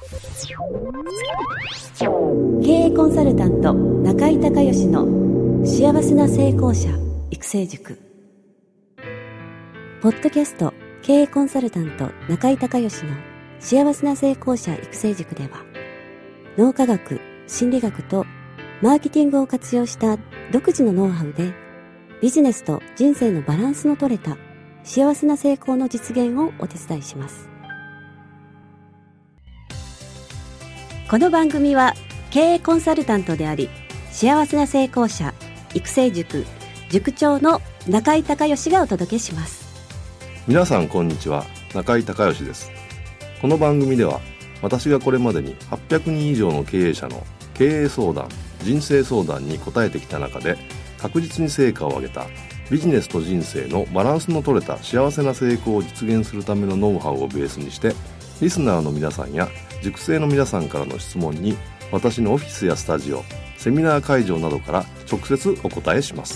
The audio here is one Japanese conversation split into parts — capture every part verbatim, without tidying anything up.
経営コンサルタント中井孝義の幸せな成功者育成塾。ポッドキャスト経営コンサルタント中井孝義の幸せな成功者育成塾では、脳科学、心理学とマーケティングを活用した独自のノウハウで、ビジネスと人生のバランスの取れた幸せな成功の実現をお手伝いします。この番組は経営コンサルタントであり、幸せな成功者育成塾塾長の中井孝義がお届けします。 皆さんこんにちは、中井孝義です。この番組では、私がこれまでにはっぴゃくにん以上の経営者の経営相談、人生相談に答えてきた中で、確実に成果を上げたビジネスと人生のバランスの取れた幸せな成功を実現するためのノウハウをベースにして、リスナーの皆さんや塾生の皆さんからの質問に、私のオフィスやスタジオ、セミナー会場などから直接お答えします。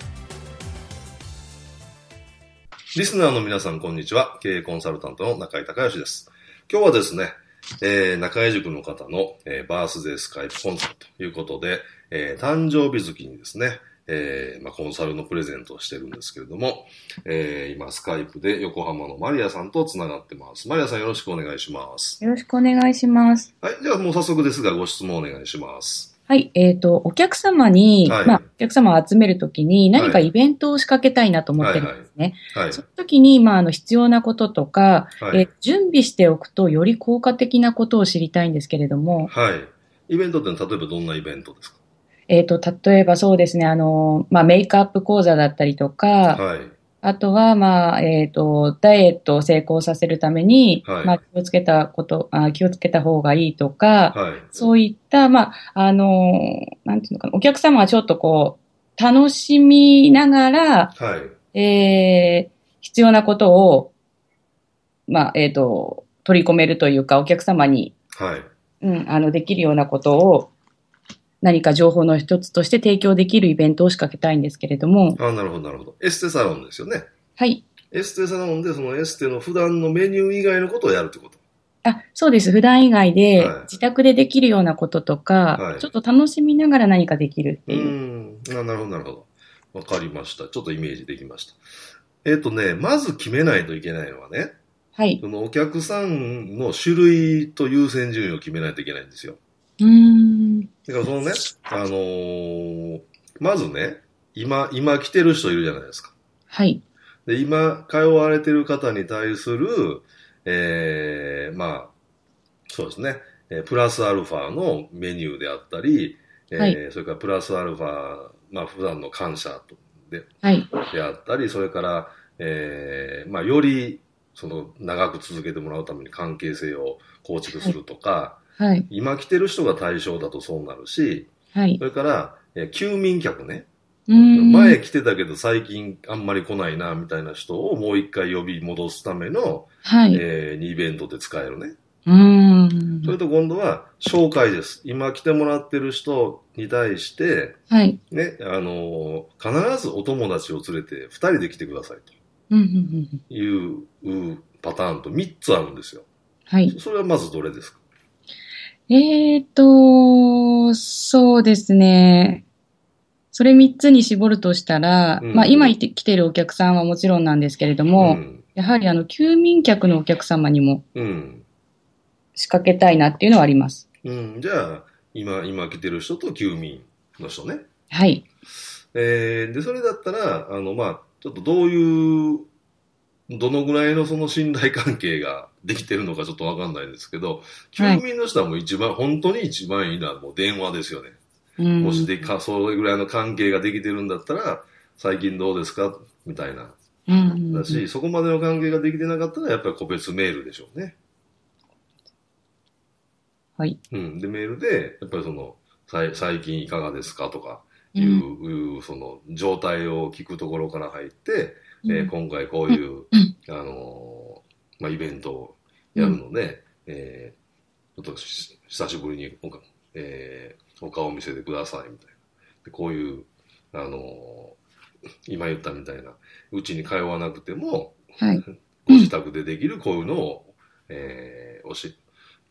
リスナーの皆さんこんにちは、経営コンサルタントの中井孝義です。今日はですね、えー、中井塾の方の、えー、バースデースカイプコンサルということで、えー、誕生日月にですね、えーまあ、コンサルのプレゼントをしてるんですけれども、えー、今スカイプで横浜のマリアさんとつながってます。マリアさん、よろしくお願いします。 よろしくお願いします。 はい、ではもう早速ですがご質問お願いします。 はい、えっと、お客様に、はい、まあ、お客様を集めるときに何かイベントを仕掛けたいなと思ってるんですね。はいはいはい、その時に、まあ、あの、必要なこととか、はい、えー、準備しておくとより効果的なことを知りたいんですけれども。 はい。イベントって例えばどんなイベントですか？ えっと、例えばそうですね、あの、まあ、メイクアップ講座だったりとか、はい、あとは、まあ、えっと、ダイエットを成功させるために、はい、まあ、気をつけたこと、あ、気をつけた方がいいとか、はい、そういった、まあ、あの、なんていうのかな、お客様はちょっとこう、楽しみながら、はい、えー、必要なことを、まあ、えっと、取り込めるというか、お客様に、はい、うん、あの、できるようなことを、何か情報の一つとして提供できるイベントを仕掛けたいんですけれども。 あ、なるほど、なるほど。エステサロンですよね。 はい。 エステサロンで、そのエステの普段のメニュー以外のことをやるってこと？ あ、そうです。普段以外で、自宅でできるようなこととか、はい、ちょっと楽しみながら何かできるっていう。 うん。あ、なるほど、なるほど。わかりました。ちょっとイメージできました。えっとね、まず決めないといけないのはね、はい。そのお客さんの種類と優先順位を決めないといけないんですよ。 うーん。 だからそのね、あのー、まずね、今、今来てる人いるじゃないですか。 はい。 で、今、通われてる方に対する、えー、まあ、そうですね、えー、プラスアルファのメニューであったり、えーはい、それからプラスアルファ、まあ、普段の感謝で、はい、であったり、それから、えー、まあ、より、その、長く続けてもらうために関係性を構築するとか、はいはい、今来てる人が対象だとそうなるし、はい、それから、え休眠客ね。前来てたけど最近あんまり来ないな、みたいな人をもう一回呼び戻すための、はい、えー、イベントで使えるね。うーん。それと今度は紹介です。今来てもらってる人に対して、はい、ね、あのー、必ずお友達を連れて二人で来てくださいというパターンと三つあるんですよ。はい。それはまずどれですか？ えーと、そうですね。それ三つに絞るとしたら、うん、まあ今来ているお客さんはもちろんなんですけれども、うん、やはりあの、休眠客のお客様にも仕掛けたいなっていうのはあります。 うん、じゃあ、今、今来てる人と休眠の人ね。 はい。 えー、で、それだったら、あの、まあちょっとどういう、どのぐらいのその信頼関係ができてるのかちょっとわかんないですけど、休眠の人はもう一番、はい、本当に一番いいのはもう電話ですよね。うん、もしでか、それぐらいの関係ができてるんだったら、最近どうですかみたいな。うん、だし、そこまでの関係ができてなかったら、やっぱり個別メールでしょうね。 はい。 うん。で、メールで、やっぱりその、最近いかがですかとかいう、うん、その、状態を聞くところから入って、えー、今回こういう、うん、あのー、まあ、イベントをやるので、うん、えー、ちょっと久しぶりにおか、えー、お顔を見せてくださいみたいな。でこういう、あのー、今言ったみたいな、うちに通わなくても、はい、ご自宅でできるこういうのを、えー、おし、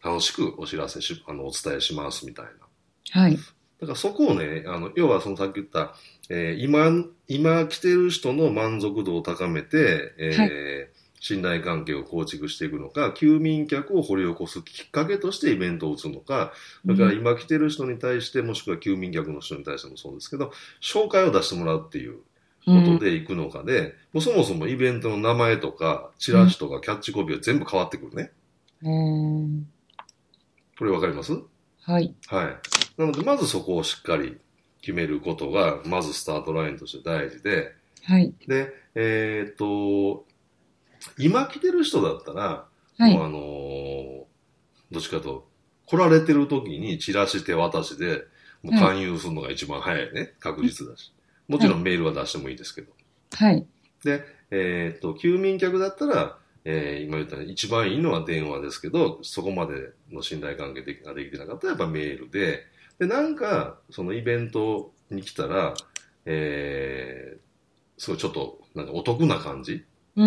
楽しくお知らせし、あの、お伝えしますみたいな。はい。 だからそこをね、あの、要はそのさっき言った、えー、今、今来てる人の満足度を高めて、えーはい、信頼関係を構築していくのか、休眠客を掘り起こすきっかけとしてイベントを打つのか、だから今来てる人に対して、もしくは休眠客の人に対してもそうですけど、紹介を出してもらうっていうことで行くのかで、もうそもそもイベントの名前とか、チラシとかキャッチコピーは全部変わってくるね。 うん、 これわかります？ はい。 はい。なので、まずそこをしっかり決めることが、まずスタートラインとして大事で、 はい。 で、えー、っと、今来てる人だったら、 はい、 もうあのー、どっちかと、来られてる時にチラシ手渡しで、もう勧誘するのが一番早いね。はい、確実だし。もちろんメールは出してもいいですけど。 はい。 で、えー、っと、休眠客だったら、えー、今言ったように一番いいのは電話ですけど、そこまでの信頼関係ができてなかったらやっぱメールで、で、なんか、そのイベントに来たら、えー、すごいちょっと、なんかお得な感じ、 うん、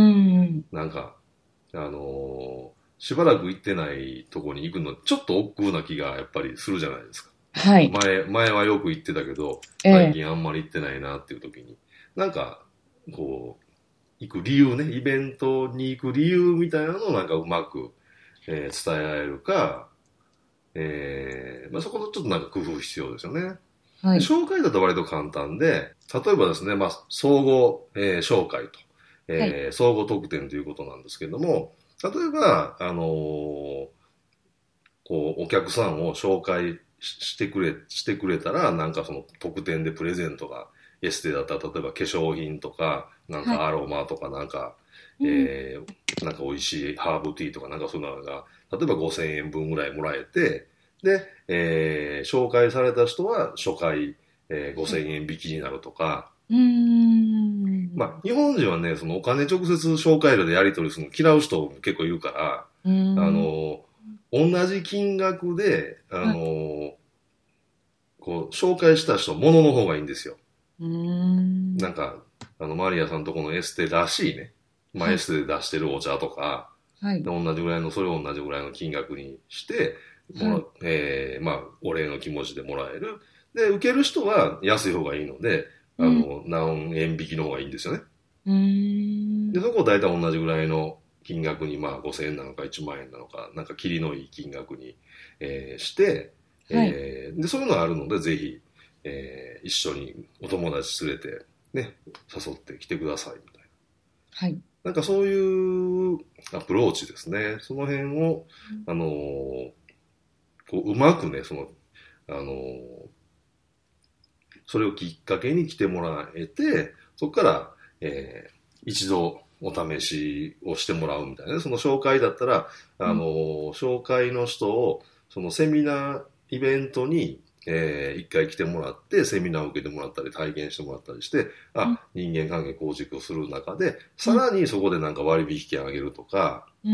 なんか、あのー、しばらく行ってないとこに行くの、ちょっと億劫な気がやっぱりするじゃないですか。 はい。 前、前はよく行ってたけど、最近あんまり行ってないなっていう時に、えー、なんか、こう、行く理由ね、イベントに行く理由みたいなのをなんかうまく、えー、伝えられるか、えーまあ、そこのちょっとなんか工夫必要ですよね。はい、紹介だと割と簡単で、例えばですね、まあ、相互、えー、紹介と、えーはい、相互特典ということなんですけども、例えば、あのー、こう、お客さんを紹介してくれ、してくれたら、なんかその特典でプレゼントが、エステだったら、例えば化粧品とか、なんかアロマとか、なんか、はい、えー、なんか美味しいハーブティーとか、なんかそういうのが、例えばごせんえんぶんぐらいもらえて、で、えー、紹介された人は初回、えー、ごせんえん引きになるとか、 うーん、 まあ、日本人はね、そのお金直接紹介料でやり取りするの嫌う人も結構いるから、あの、同じ金額で、あの、はい、こう、紹介した人、ものの方がいいんですよ。 うーん、 なんか、あの、マリアさんとこのエステらしいね。まあ、エステで出してるお茶とか、はい、で同じぐらいの、それを同じぐらいの金額にして、もら、はい、えー、まあ、お礼の気持ちでもらえる。で、受ける人は安い方がいいので、あの、うん、何円引きの方がいいんですよね。 うーん、 で、そこを大体同じぐらいの金額に、まあ、ごせんえんなのかいちまんえんなのか、なんか、切りのいい金額に、えー、して、はい、えー、で、そういうのがあるので、ぜひ、えー、一緒にお友達連れて、ね、誘ってきてください、みたいな。 はい。 なんかそういうアプローチですね。その辺を、あのー、こう、うまくね、その、あのー、それをきっかけに来てもらえて、そこから、えー、一度お試しをしてもらうみたいなね。その紹介だったら、あのー、うん、紹介の人を、そのセミナー、イベントに、えー、一回来てもらって、セミナーを受けてもらったり、体験してもらったりして、あ、うん、人間関係構築をする中で、さらにそこでなんか割引券あげるとか、うん、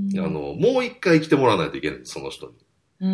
あの、もう一回来てもらわないといけないんです、その人に。うん、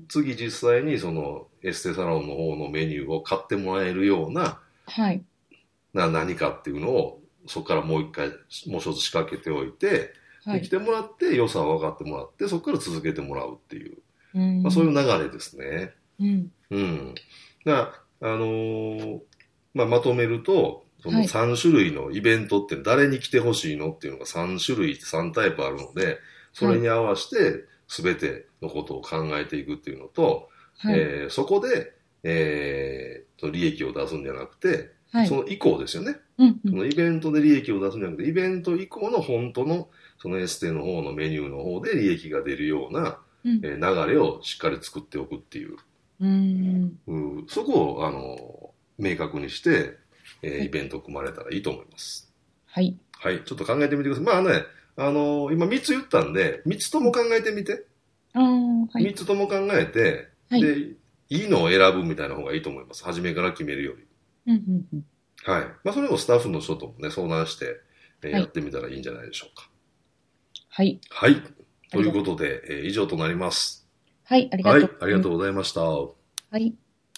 次実際にそのエステサロンの方のメニューを買ってもらえるような、 はい、 な何かっていうのを、そこからもう一回、もう一つ仕掛けておいて、はい、で来てもらって、良さを分かってもらって、そこから続けてもらうっていう、うんまあ、そういう流れですね。うん。うん。だから、あのー、まあ、まとめると、そのさん種類のイベントって誰に来てほしいのっていうのがさん種類、さんタイプあるので、それに合わせて全てのことを考えていくっていうのと、はい、えー、そこで、えー、利益を出すんじゃなくて、はい、その以降ですよね、うんうん。そのイベントで利益を出すんじゃなくて、イベント以降の本当のそのエステの方のメニューの方で利益が出るような、うんえー、流れをしっかり作っておくっていう。うんうん、そこをあの明確にして、えーはい、イベントを組まれたらいいと思います。はい。はい。ちょっと考えてみてください。まあね、あのー、今みっつ言ったんで、みっつとも考えてみて。あはい、みっつとも考えて、はい、で、いいのを選ぶみたいな方がいいと思います。初めから決めるより。うんうんうん、はい。まあそれもスタッフの人ともね、相談して、えーはい、やってみたらいいんじゃないでしょうか。はい。はい。ということで、えー、以上となります。 はい、ありがとう。はい、 ありがとうございました。はい。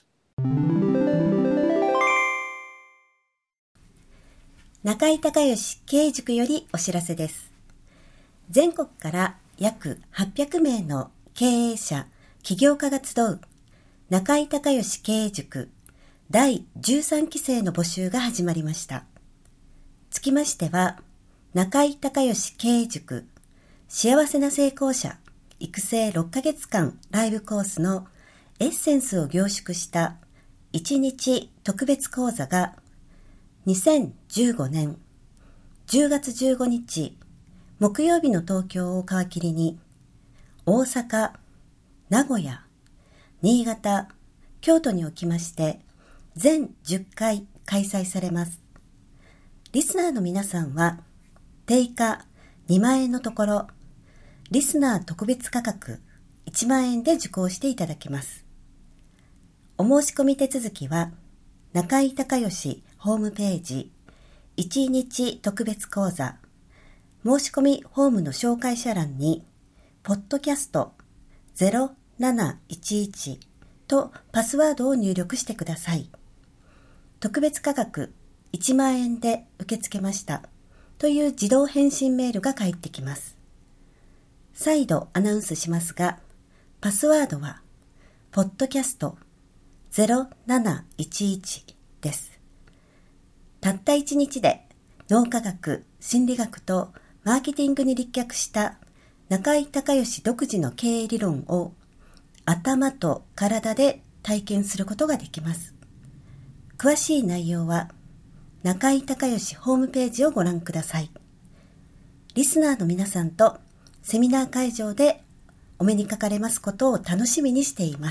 中井孝義経営塾よりお知らせです。全国から約はっぴゃくめいの経営者、起業家が集う中井隆義経営塾だいじゅうさんきせいの募集が始まりました。つきましては、中井隆義経営塾幸せな成功者育成ろっかげつかんライブコースのエッセンスを凝縮したいちにち特別講座がにせんじゅうごねんじゅうがつじゅうごにち木曜日の東京を皮切りに大阪、名古屋、新潟、京都におきまして全じゅっかい開催されます。リスナーの皆さんは定価にまんえんのところリスナー特別価格いちまんえんで受講していただけます。お申し込み手続きは中井隆義ホームページいちにち特別講座申し込みフォームの紹介者欄にポッドキャストゼロなないちいちとパスワードを入力してください。特別価格いちまんえんで受け付けましたという自動返信メールが返ってきます。再度アナウンスしますが、パスワードはポッドキャストゼロなないちいちです。たったいちにちで脳科学、心理学とマーケティングに立脚した中井隆義独自の経営理論を頭と体で体験することができます。詳しい内容は中井隆義ホームページをご覧ください。リスナーの皆さんとセミナー会場でお目にかかれますことを楽しみにしています。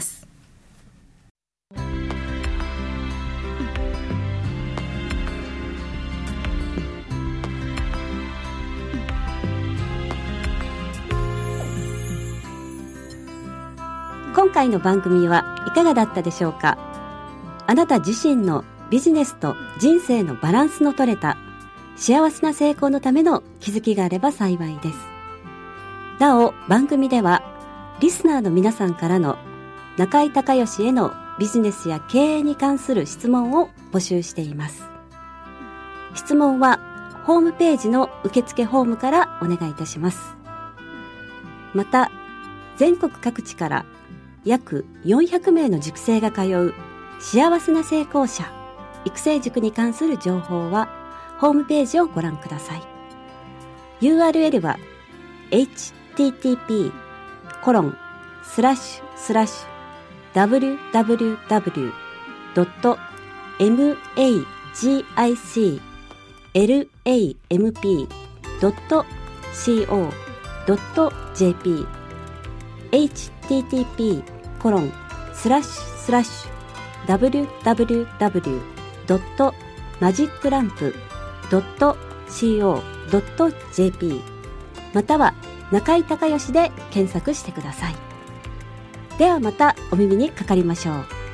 今回の番組はいかがだったでしょうか。あなた自身のビジネスと人生のバランスの取れた幸せな成功のための気づきがあれば幸いです。なお、番組ではリスナーの皆さんからの中井隆義へのビジネスや経営に関する質問を募集しています。質問はホームページの受付フォームからお願いいたします。また、全国各地から約よんひゃくめいの塾生が通う幸せな成功者育成塾に関する情報はホームページをご覧ください。 ユーアールエル は エイチティーティーピーコロンスラッシュスラッシュダブリューダブリューダブリュードットマジックランプドットコードットジェーピー エイチティーティーピーコロンスラッシュスラッシュダブリューダブリューダブリュードットマジックランプドットコードットジェーピー または中井隆義で検索してください。ではまたお耳にかかりましょう。